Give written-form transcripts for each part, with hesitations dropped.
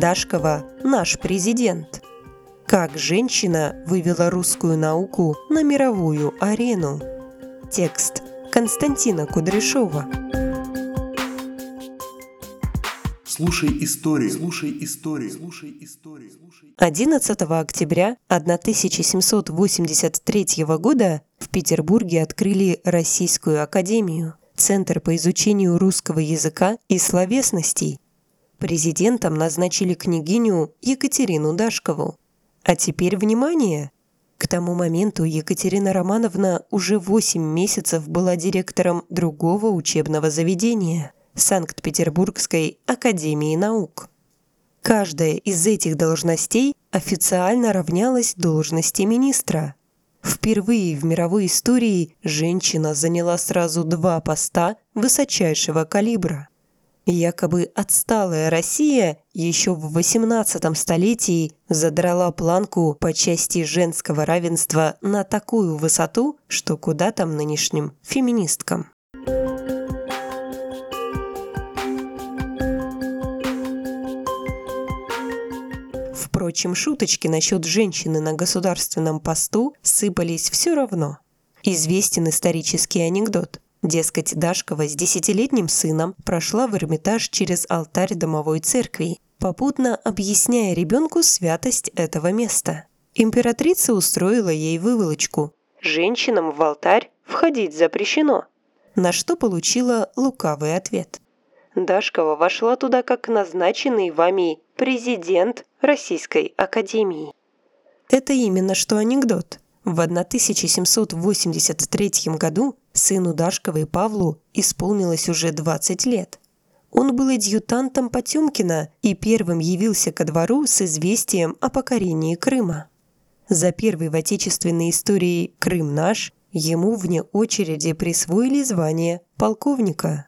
Дашкова – наш президент. Как женщина вывела русскую науку на мировую арену. Текст Константина Кудряшова. Слушай истории, слушай истории, слушай истории. 11 октября 1783 года в Петербурге открыли Российскую академию, Центр по изучению русского языка и словесностей. Президентом назначили княгиню Екатерину Дашкову. А теперь внимание! К тому моменту Екатерина Романовна уже 8 месяцев была директором другого учебного заведения – Санкт-Петербургской академии наук. Каждая из этих должностей официально равнялась должности министра. Впервые в мировой истории женщина заняла сразу 2 поста высочайшего калибра. Якобы отсталая Россия еще в XVIII столетии задрала планку по части женского равенства на такую высоту, что куда там нынешним феминисткам. Впрочем, шуточки насчет женщины на государственном посту сыпались все равно. Известен исторический анекдот. Дескать, Дашкова с 10-летним сыном прошла в Эрмитаж через алтарь домовой церкви, попутно объясняя ребенку святость этого места. Императрица устроила ей выволочку. «Женщинам в алтарь входить запрещено», на что получила лукавый ответ. Дашкова вошла туда как назначенный вами президент Российской академии. Это именно что анекдот. В 1783 году сыну Дашковой Павлу исполнилось уже 20 лет. Он был адъютантом Потемкина и первым явился ко двору с известием о покорении Крыма. За первый в отечественной истории «Крым наш» ему вне очереди присвоили звание полковника.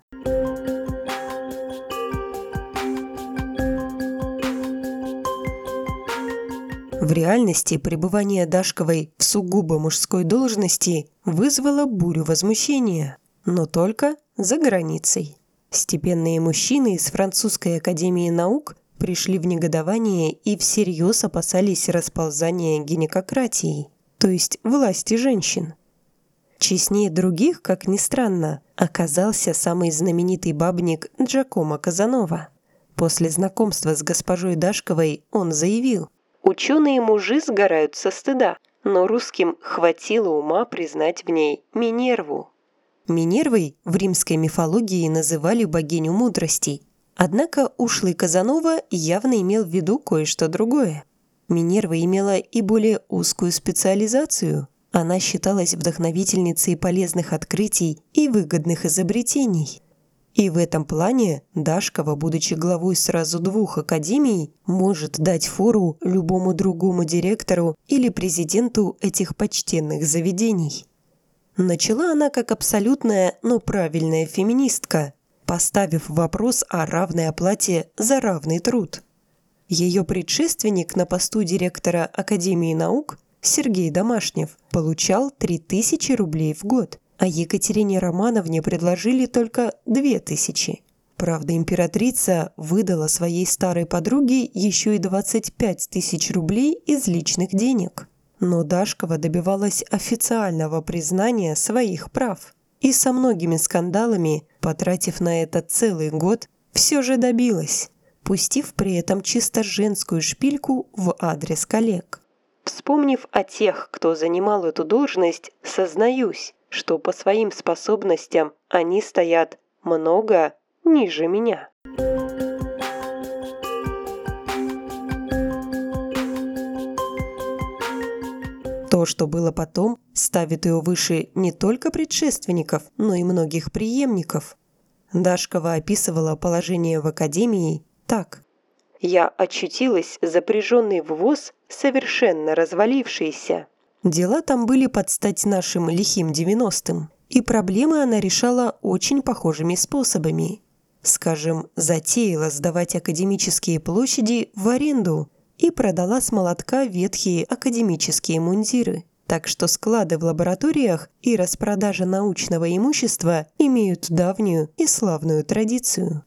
В реальности пребывание Дашковой в сугубо мужской должности вызвало бурю возмущения, но только за границей. Степенные мужчины из Французской академии наук пришли в негодование и всерьез опасались расползания гинекократии, то есть власти женщин. Честнее других, как ни странно, оказался самый знаменитый бабник Джакомо Казанова. После знакомства с госпожой Дашковой он заявил: «Ученые-мужи сгорают со стыда, но русским хватило ума признать в ней Минерву». Минервой в римской мифологии называли богиню мудрости. Однако ушлый Казанова явно имел в виду кое-что другое. Минерва имела и более узкую специализацию. Она считалась вдохновительницей полезных открытий и выгодных изобретений. И в этом плане Дашкова, будучи главой сразу 2 академий, может дать фору любому другому директору или президенту этих почтенных заведений. Начала она как абсолютная, но правильная феминистка, поставив вопрос о равной оплате за равный труд. Ее предшественник на посту директора Академии наук, Сергей Домашнев, получал 3000 рублей в год. А Екатерине Романовне предложили только 2000. Правда, императрица выдала своей старой подруге еще и 25 тысяч рублей из личных денег. Но Дашкова добивалась официального признания своих прав. И со многими скандалами, потратив на это целый год, все же добилась, пустив при этом чисто женскую шпильку в адрес коллег. Вспомнив о тех, кто занимал эту должность, сознаюсь, что по своим способностям они стоят много ниже меня. То, что было потом, ставит ее выше не только предшественников, но и многих преемников. Дашкова описывала положение в академии так: «Я очутилась запряженной в воз, совершенно развалившейся». Дела там были под стать нашим лихим 90-м, и проблемы она решала очень похожими способами. Скажем, затеяла сдавать академические площади в аренду и продала с молотка ветхие академические мундиры. Так что склады в лабораториях и распродажа научного имущества имеют давнюю и славную традицию.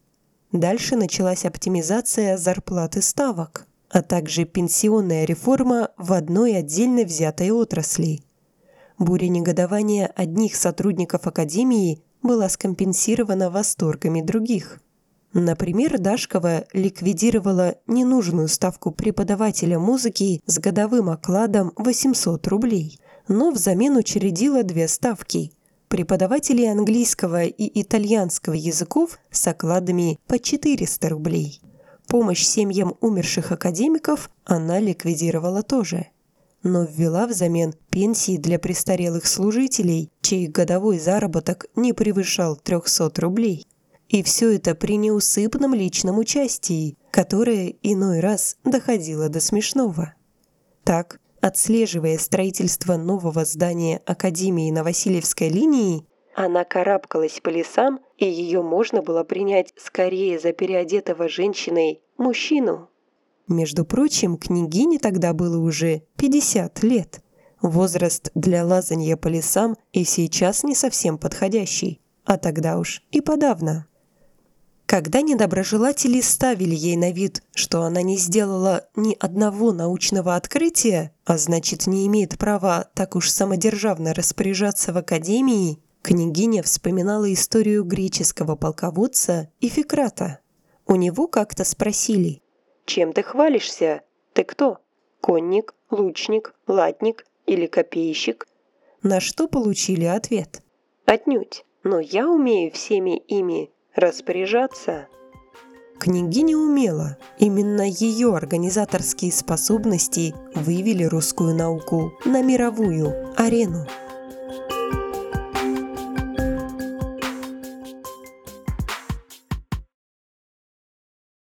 Дальше началась оптимизация зарплат и ставок, а также пенсионная реформа в одной отдельно взятой отрасли. Буря негодования одних сотрудников Академии была скомпенсирована восторгами других. Например, Дашкова ликвидировала ненужную ставку преподавателя музыки с годовым окладом 800 рублей, но взамен учредила две ставки – преподавателей английского и итальянского языков с окладами по 400 рублей. Помощь семьям умерших академиков она ликвидировала тоже, но ввела взамен пенсии для престарелых служителей, чей годовой заработок не превышал 300 рублей. И все это при неусыпном личном участии, которое иной раз доходило до смешного. Так, отслеживая строительство нового здания Академии на Васильевской линии, она карабкалась по лесам, и ее можно было принять скорее за переодетого женщиной мужчину. Между прочим, княгине тогда было уже 50 лет. Возраст для лазанья по лесам и сейчас не совсем подходящий, а тогда уж и подавно. Когда недоброжелатели ставили ей на вид, что она не сделала ни одного научного открытия, а значит не имеет права так уж самодержавно распоряжаться в Академии, княгиня вспоминала историю греческого полководца Ификрата. У него как-то спросили: «Чем ты хвалишься? Ты кто? Конник, лучник, латник или копейщик?» На что получили ответ: «Отнюдь, но я умею всеми ими распоряжаться». Княгиня умела. Именно ее организаторские способности вывели русскую науку на мировую арену.